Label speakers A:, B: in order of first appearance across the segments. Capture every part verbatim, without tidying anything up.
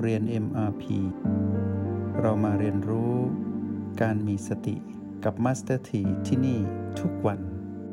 A: เรียน เอ็ม อาร์ พี เรามาเรียนรู้การมีสติกับ Master T ที่ที่นี่ทุกวัน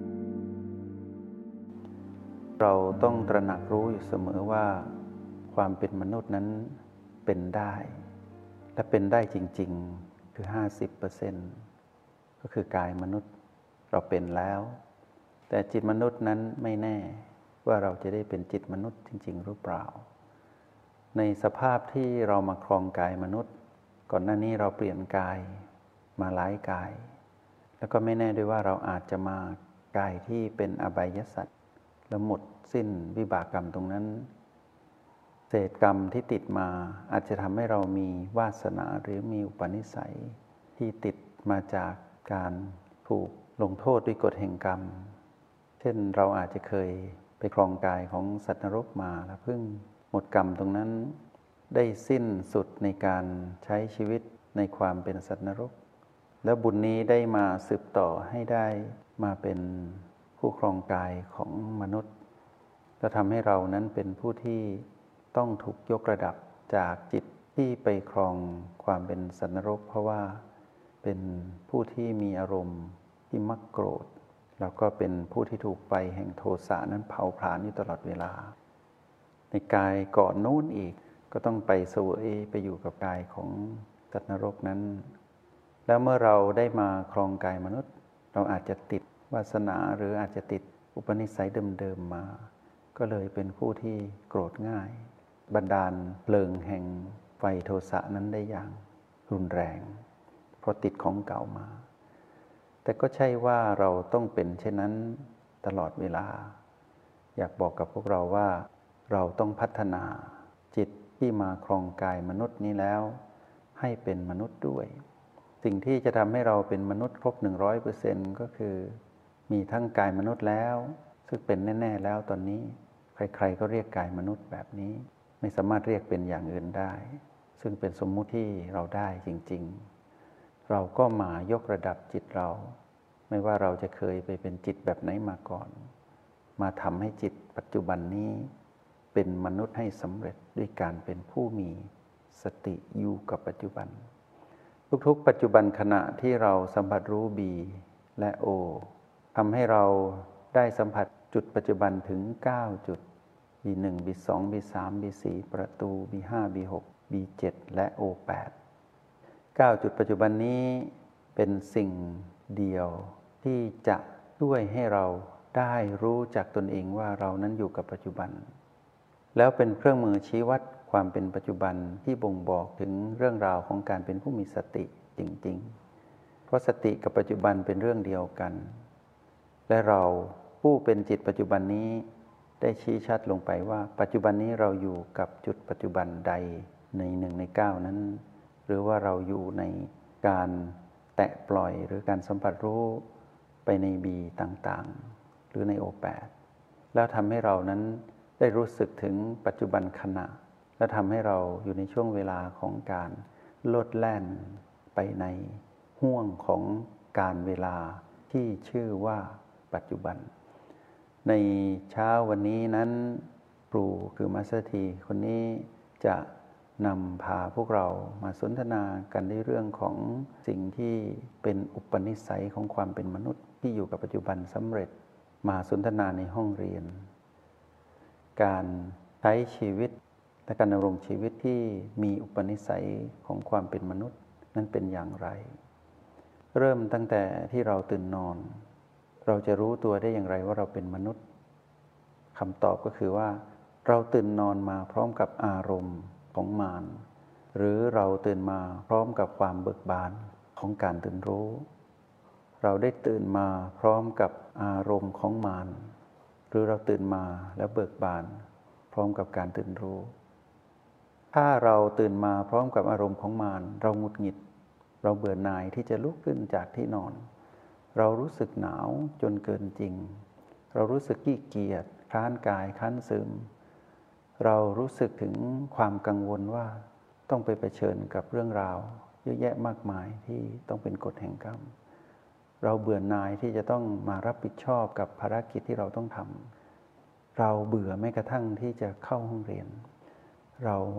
A: เราต้องตระหนักรู้อยู่เสมอว่าความเป็นมนุษย์นั้นเป็นได้และเป็นได้จริงๆคือ ห้าสิบเปอร์เซ็นต์ ก็คือกายมนุษย์เราเป็นแล้วแต่จิตมนุษย์นั้นไม่แน่ว่าเราจะได้เป็นจิตมนุษย์จริงๆหรือเปล่าในสภาพที่เรามาครองกายมนุษย์ก่อนหน้านี้เราเปลี่ยนกายมาหลายกายแล้วก็ไม่แน่ด้วยว่าเราอาจจะมากายที่เป็นอบายสัตว์แล้วหมดสิ้นวิบากกรรมตรงนั้นเศษกรรมที่ติดมาอาจจะทำให้เรามีวาสนาหรือมีอุปนิสัยที่ติดมาจากการถูกลงโทษด้วยกฎแห่งกรรมเช่นเราอาจจะเคยไปครองกายของสัตว์นรกมาแล้วเพิ่งหมดกรรมตรงนั้นได้สิ้นสุดในการใช้ชีวิตในความเป็นสัตว์นรกแล้วบุญนี้ได้มาสืบต่อให้ได้มาเป็นผู้ครองกายของมนุษย์และทำให้เรานั้นเป็นผู้ที่ต้องถูกยกระดับจากจิตที่ไปครองความเป็นสัตว์นรกเพราะว่าเป็นผู้ที่มีอารมณ์ที่มักโกรธแล้วก็เป็นผู้ที่ถูกไฟแห่งโทสะนั้นเผาผลาญอยู่ตลอดเวลาในกายก่อนนู้นอีกก็ต้องไปเสวยไปอยู่กับกายของสัตว์นรกนั้นแล้วเมื่อเราได้มาครองกายมนุษย์เราอาจจะติดวาสนาหรืออาจจะติดอุปนิสัยเดิมๆมาก็เลยเป็นผู้ที่โกรธง่ายบันดาลเพลิงแห่งไฟโทสะนั้นได้อย่างรุนแรงเพราะติดของเก่ามาแต่ก็ใช่ว่าเราต้องเป็นเช่นนั้นตลอดเวลาอยากบอกกับพวกเราว่าเราต้องพัฒนาจิตที่มาครองกายมนุษย์นี้แล้วให้เป็นมนุษย์ด้วยสิ่งที่จะทำให้เราเป็นมนุษย์ครบ หนึ่งร้อยเปอร์เซ็นต์ ก็คือมีทั้งกายมนุษย์แล้วซึ่งเป็นแน่ๆแล้วตอนนี้ใครๆก็เรียกกายมนุษย์แบบนี้ไม่สามารถเรียกเป็นอย่างอื่นได้ซึ่งเป็นสมมุติที่เราได้จริงๆเราก็มายกระดับจิตเราไม่ว่าเราจะเคยไปเป็นจิตแบบไหนมาก่อนมาทำให้จิตปัจจุบันนี้เป็นมนุษย์ให้สำเร็จด้วยการเป็นผู้มีสติอยู่กับปัจจุบันทุกๆปัจจุบันขณะที่เราสัมผัสรู้ B และ O ทำให้เราได้สัมผัสจุดปัจจุบันถึงเก้าจุด บี หนึ่ง บี สอง บี สาม บี สี่ ประตู บี ห้า บี หก บี เจ็ด และ โอ แปด เก้าจุดปัจจุบันนี้เป็นสิ่งเดียวที่จะช่วยให้เราได้รู้จักตนเองว่าเรานั้นอยู่กับปัจจุบันแล้วเป็นเครื่องมือชี้วัดความเป็นปัจจุบันที่บ่งบอกถึงเรื่องราวของการเป็นผู้มีสติจริงๆเพราะสติกับปัจจุบันเป็นเรื่องเดียวกันและเราผู้เป็นจิตปัจจุบันนี้ได้ชี้ชัดลงไปว่าปัจจุบันนี้เราอยู่กับจุดปัจจุบันใดในหนึ่งในเก้านั้นหรือว่าเราอยู่ในการแตะปล่อยหรือการสัมผัสรู้ไปในบีต่างๆหรือในโอแปดแล้วทำให้เรานั้นได้รู้สึกถึงปัจจุบันขณะและทำให้เราอยู่ในช่วงเวลาของการโลดแล่นไปในห้วงของการเวลาที่ชื่อว่าปัจจุบันในเช้าวันนี้นั้นครูคือมาสเตอร์ทีคนนี้จะนำพาพวกเรามาสนทนากันในเรื่องของสิ่งที่เป็นอุปนิสัยของความเป็นมนุษย์ที่อยู่กับปัจจุบันสำเร็จมาสนทนาในห้องเรียนการใช้ชีวิตและการดำรงชีวิตที่มีอุปนิสัยของความเป็นมนุษย์นั้นเป็นอย่างไรเริ่มตั้งแต่ที่เราตื่นนอนเราจะรู้ตัวได้อย่างไรว่าเราเป็นมนุษย์คำตอบก็คือว่าเราตื่นนอนมาพร้อมกับอารมณ์ของมารหรือเราตื่นมาพร้อมกับความเบิกบานของการตื่นรู้เราได้ตื่นมาพร้อมกับอารมณ์ของมารหรือเราตื่นมาแล้วเบิกบานพร้อมกับการตื่นรู้ถ้าเราตื่นมาพร้อมกับอารมณ์ของมารเราหงุดหงิดเราเบื่อหน่ายที่จะลุกขึ้นจากที่นอนเรารู้สึกหนาวจนเกินจริงเรารู้สึกขี้เกียจคร้านกายคร้านซึมเรารู้สึกถึงความกังวลว่าต้องไปเผชิญกับเรื่องราวเยอะแยะมากมายที่ต้องเป็นกฎแห่งกรรมเราเบื่อหน่ายที่จะต้องมารับผิดชอบกับภารกิจที่เราต้องทำเราเบื่อแม้กระทั่งที่จะเข้าห้องเรียนเรา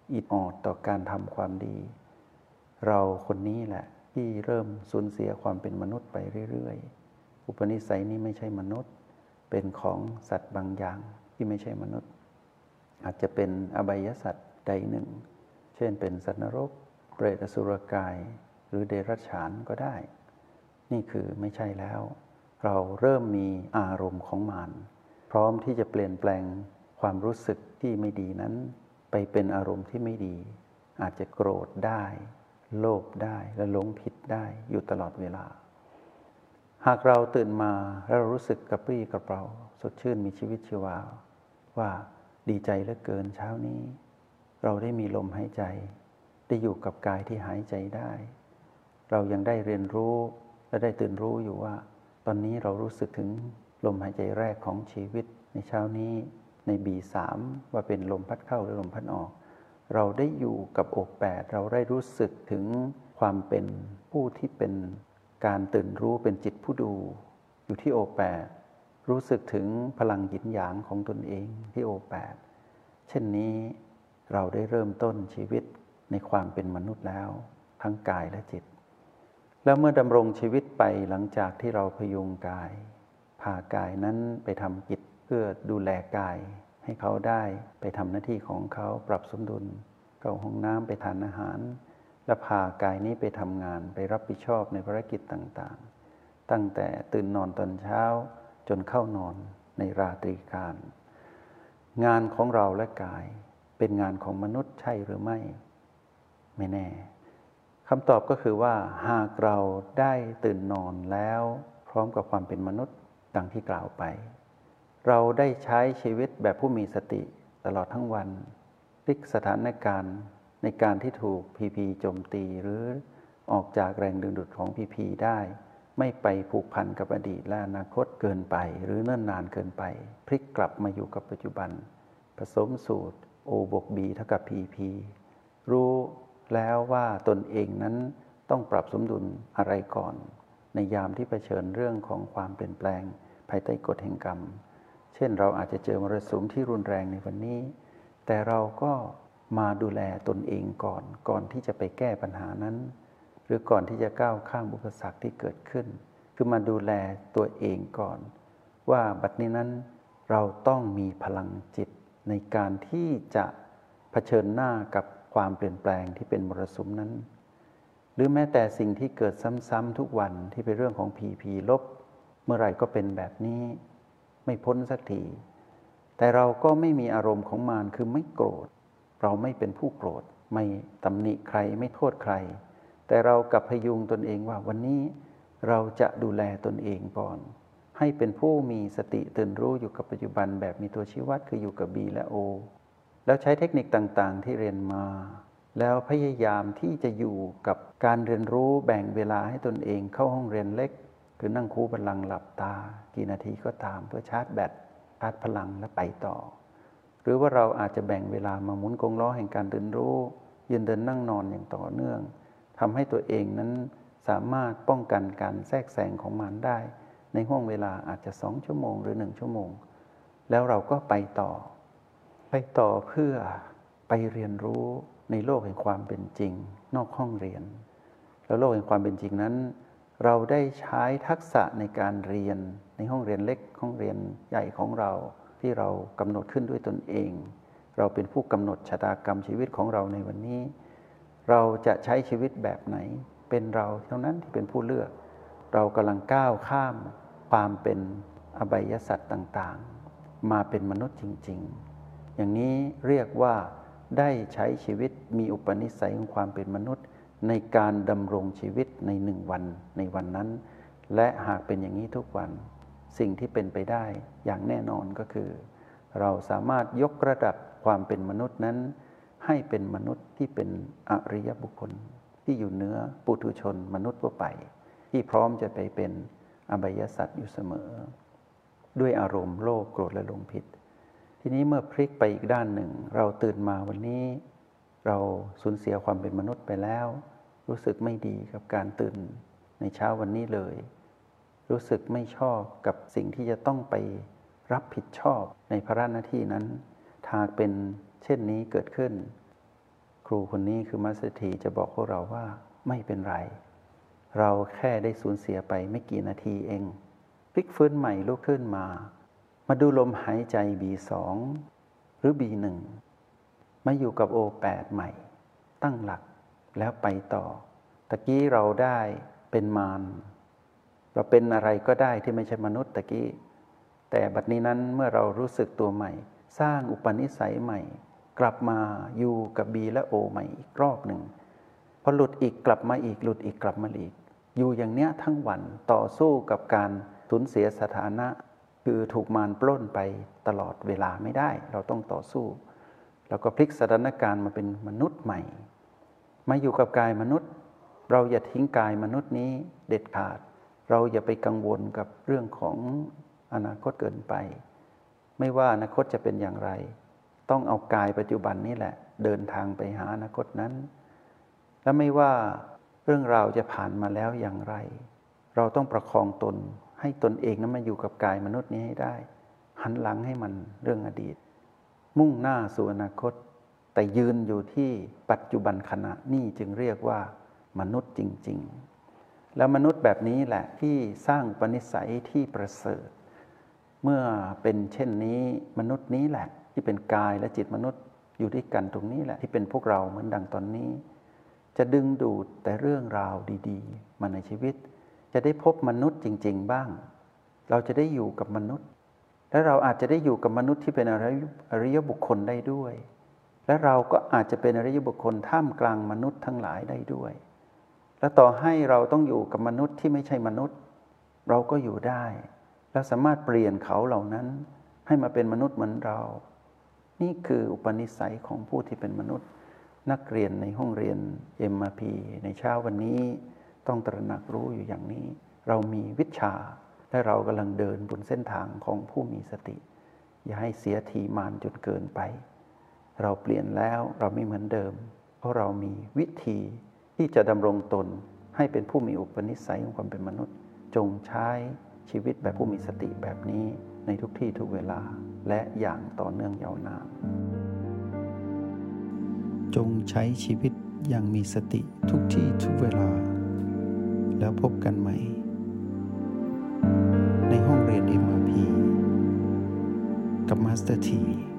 A: อิดออดต่อการทำความดีเราคนนี้แหละที่เริ่มสูญเสียความเป็นมนุษย์ไปเรื่อยๆอุปนิสัยนี้ไม่ใช่มนุษย์เป็นของสัตว์บางอย่างที่ไม่ใช่มนุษย์อาจจะเป็นอบายสัตว์ใดหนึ่งเช่นเป็นสัตว์นรกเปรตอสุรกายหรือเดรัจฉานก็ได้นี่คือไม่ใช่แล้วเราเริ่มมีอารมณ์ของมารพร้อมที่จะเปลี่ยนแปลงความรู้สึกที่ไม่ดีนั้นไปเป็นอารมณ์ที่ไม่ดีอาจจะโกรธได้โลภได้และหลงผิดได้อยู่ตลอดเวลาหากเราตื่นมาแล้วเรารู้สึกกระปรี้กระเปร่าสดชื่นมีชีวิตชีวาว่าดีใจเหลือเกินเช้านี้เราได้มีลมหายใจได้อยู่กับกายที่หายใจได้เรายังได้เรียนรู้และได้ตื่นรู้อยู่ว่าตอนนี้เรารู้สึกถึงลมหายใจแรกของชีวิตในเช้านี้ใน บี สาม ว่าเป็นลมพัดเข้าหรือลมพัดออกเราได้อยู่กับโอแปดเราได้รู้สึกถึงความเป็นผู้ที่เป็นการตื่นรู้เป็นจิตผู้ดูอยู่ที่โอแปดรู้สึกถึงพลังหยินหยางของตนเองที่โอแปดเช่นนี้เราได้เริ่มต้นชีวิตในความเป็นมนุษย์แล้วทั้งกายและจิตแล้วเมื่อดำรงชีวิตไปหลังจากที่เราพยุงกายพากายนั้นไปทำกิจเพื่อดูแลกายให้เขาได้ไปทำหน้าที่ของเขาปรับสมดุลเข้าห้องน้ำไปทานอาหารและพากายนี้ไปทำงานไปรับผิดชอบในภารกิจต่างๆตั้งแต่ตื่นนอนตอนเช้าจนเข้านอนในราตรีการงานของเราและกายเป็นงานของมนุษย์ใช่หรือไม่ไม่แน่คำตอบก็คือว่าหากเราได้ตื่นนอนแล้วพร้อมกับความเป็นมนุษย์ดังที่กล่าวไปเราได้ใช้ชีวิตแบบผู้มีสติตลอดทั้งวันพลิกสถานการณ์ในการที่ถูกพีพีโจมตีหรือออกจากแรงดึงดูดของพีพีได้ไม่ไปผูกพันกับอดีตและอนาคตเกินไปหรือเนิ่นนานเกินไปพลิกกลับมาอยู่กับปัจจุบันผสมสูตร O บวก B เท่ากับ พี พี รู้แล้วว่าตนเองนั้นต้องปรับสมดุลอะไรก่อนในยามที่เผชิญเรื่องของความเปลี่ยนแปลงภายใต้กฎแห่งกรรมเช่นเราอาจจะเจอมรสุมที่รุนแรงในวันนี้แต่เราก็มาดูแลตนเองก่อนก่อนที่จะไปแก้ปัญหานั้นหรือก่อนที่จะก้าวข้ามอุปสรรคที่เกิดขึ้นคือมาดูแลตัวเองก่อนว่าบัดนี้นั้นเราต้องมีพลังจิตในการที่จะเผชิญหน้ากับความเปลี่ยนแปลงที่เป็นมรสุมนั้นหรือแม้แต่สิ่งที่เกิดซ้ำๆทุกวันที่เป็นเรื่องของพีพีลบเมื่อไหร่ก็เป็นแบบนี้ไม่พ้นสักทีแต่เราก็ไม่มีอารมณ์ของมารคือไม่โกรธเราไม่เป็นผู้โกรธไม่ตำหนิใครไม่โทษใครแต่เรากลับพยุงตนเองว่าวันนี้เราจะดูแลตนเองก่อนให้เป็นผู้มีสติตื่นรู้อยู่กับปัจจุบันแบบมีตัวชี้วัดคืออยู่กับ B และ O แล้วใช้เทคนิคต่างๆที่เรียนมาแล้วพยายามที่จะอยู่กับการเรียนรู้แบ่งเวลาให้ตนเองเข้าห้องเรียนเล็กคือนั่งคูบัลลังก์หลับตากี่นาทีก็ตามเพื่อชาร์จแบตชาร์จพลังและไปต่อหรือว่าเราอาจจะแบ่งเวลามาหมุนกงล้อแห่งการตื่นรู้ยืนเดินนั่งนอนอย่างต่อเนื่องทำให้ตัวเองนั้นสามารถป้องกันการแทรกแซงของมันได้ในห่วงเวลาอาจจะสองชั่วโมงหรือหนึ่งชั่วโมงแล้วเราก็ไปต่อไปต่อเพื่อไปเรียนรู้ในโลกแห่งความเป็นจริงนอกห้องเรียนแล้วโลกแห่งความเป็นจริงนั้นเราได้ใช้ทักษะในการเรียนในห้องเรียนเล็กห้องเรียนใหญ่ของเราที่เรากำหนดขึ้นด้วยตนเองเราเป็นผู้กำหนดชะตากรรมชีวิตของเราในวันนี้เราจะใช้ชีวิตแบบไหนเป็นเราเท่านั้นที่เป็นผู้เลือกเรากำลังก้าวข้ามความเป็นอบายสัตว์ต่างๆมาเป็นมนุษย์จริงๆอย่างนี้เรียกว่าได้ใช้ชีวิตมีอุปนิสัยของความเป็นมนุษย์ในการดำรงชีวิตในหนึ่งวันในวันนั้นและหากเป็นอย่างนี้ทุกวันสิ่งที่เป็นไปได้อย่างแน่นอนก็คือเราสามารถยกระดับความเป็นมนุษย์นั้นให้เป็นมนุษย์ที่เป็นอริยบุคคลที่อยู่เหนือปุถุชนมนุษย์ทั่วไปที่พร้อมจะไปเป็นอบายสัตว์อยู่เสมอด้วยอารมณ์โลภโกรธและหลงผิดทีนี้เมื่อพลิกไปอีกด้านหนึ่งเราตื่นมาวันนี้เราสูญเสียความเป็นมนุษย์ไปแล้วรู้สึกไม่ดีกับการตื่นในเช้าวันนี้เลยรู้สึกไม่ชอบกับสิ่งที่จะต้องไปรับผิดชอบในภาระหน้าที่นั้นหากเป็นเช่นนี้เกิดขึ้นรูคนนี้คือมัสเตอร์ทีจะบอกพวกเราว่าไม่เป็นไรเราแค่ได้สูญเสียไปไม่กี่นาทีเองพลิกฟื้นใหม่ลุกขึ้นมามาดูลมหายใจ บี สอง หรือ บี หนึ่ง มาอยู่กับ โอ แปด ใหม่ตั้งหลักแล้วไปต่อตะกี้เราได้เป็นมารเราเป็นอะไรก็ได้ที่ไม่ใช่มนุษย์ตะกี้แต่บัดนี้นั้นเมื่อเรารู้สึกตัวใหม่สร้างอุปนิสัยใหม่กลับมาอยู่กับ B และ O ใหม่อีกรอบหนึ่งพอหลุดอีกกลับมาอีกหลุดอีกกลับมาอีกอยู่อย่างเนี้ยทั้งวันต่อสู้กับการสูญเสียสถานะคือถูกมารปล้นไปตลอดเวลาไม่ได้เราต้องต่อสู้แล้วก็พลิกสถานการณ์มาเป็นมนุษย์ใหม่มาอยู่กับกายมนุษย์เราอย่าทิ้งกายมนุษย์นี้เด็ดขาดเราอย่าไปกังวลกับเรื่องของอนาคตเกินไปไม่ว่าอนาคตจะเป็นอย่างไรต้องเอากายปัจจุบันนี่แหละเดินทางไปหาอนาคตนั้นและไม่ว่าเรื่องราวจะผ่านมาแล้วอย่างไรเราต้องประคองตนให้ตนเองนั้นมาอยู่กับกายมนุษย์นี้ให้ได้หันหลังให้มันเรื่องอดีตมุ่งหน้าสู่อนาคตแต่ยืนอยู่ที่ปัจจุบันขณะนี่จึงเรียกว่ามนุษย์จริงๆแล้วมนุษย์แบบนี้แหละที่สร้างอุปนิสัยที่ประเสริฐเมื่อเป็นเช่นนี้มนุษย์นี้แหละที่เป็นกายและจิตมนุษย์อยู่ด้วยกันตรงนี้แหละที่เป็นพวกเราเหมือนดังตอนนี้จะดึงดูดแต่เรื่องราวดีๆมาในชีวิตจะได้พบมนุษย์จริงๆบ้างเราจะได้อยู่กับมนุษย์และเราอาจจะได้อยู่กับมนุษย์ที่เป็นอริยบุคคลได้ด้วยและเราก็อาจจะเป็นอริยบุคคลท่ามกลางมนุษย์ทั้งหลายได้ด้วยและต่อให้เราต้องอยู่กับมนุษย์ที่ไม่ใช่มนุษย์เราก็อยู่ได้และสามารถเปลี่ยนเขาเหล่านั้นให้มาเป็นมนุษย์เหมือนเรานี่คืออุปนิสัยของผู้ที่เป็นมนุษย์นักเรียนในห้องเรียน เอ็ม อาร์ พี ในเช้าวันนี้ต้องตระหนักรู้อยู่อย่างนี้เรามีวิชาและเรากำลังเดินบนเส้นทางของผู้มีสติอย่าให้เสียทีมานจนเกินไปเราเปลี่ยนแล้วเราไม่เหมือนเดิมเพราะเรามีวิธีที่จะดำรงตนให้เป็นผู้มีอุปนิสัยของความเป็นมนุษย์จงใช้ชีวิตแบบผู้มีสติแบบนี้ในทุกที่ทุกเวลาและอย่างต่อเนื่องยาวนานจงใช้ชีวิตอย่างมีสติทุกที่ทุกเวลาแล้วพบกันใหม่ในห้องเรียน เอ็ม อาร์ พี กับมาสเตอร์ที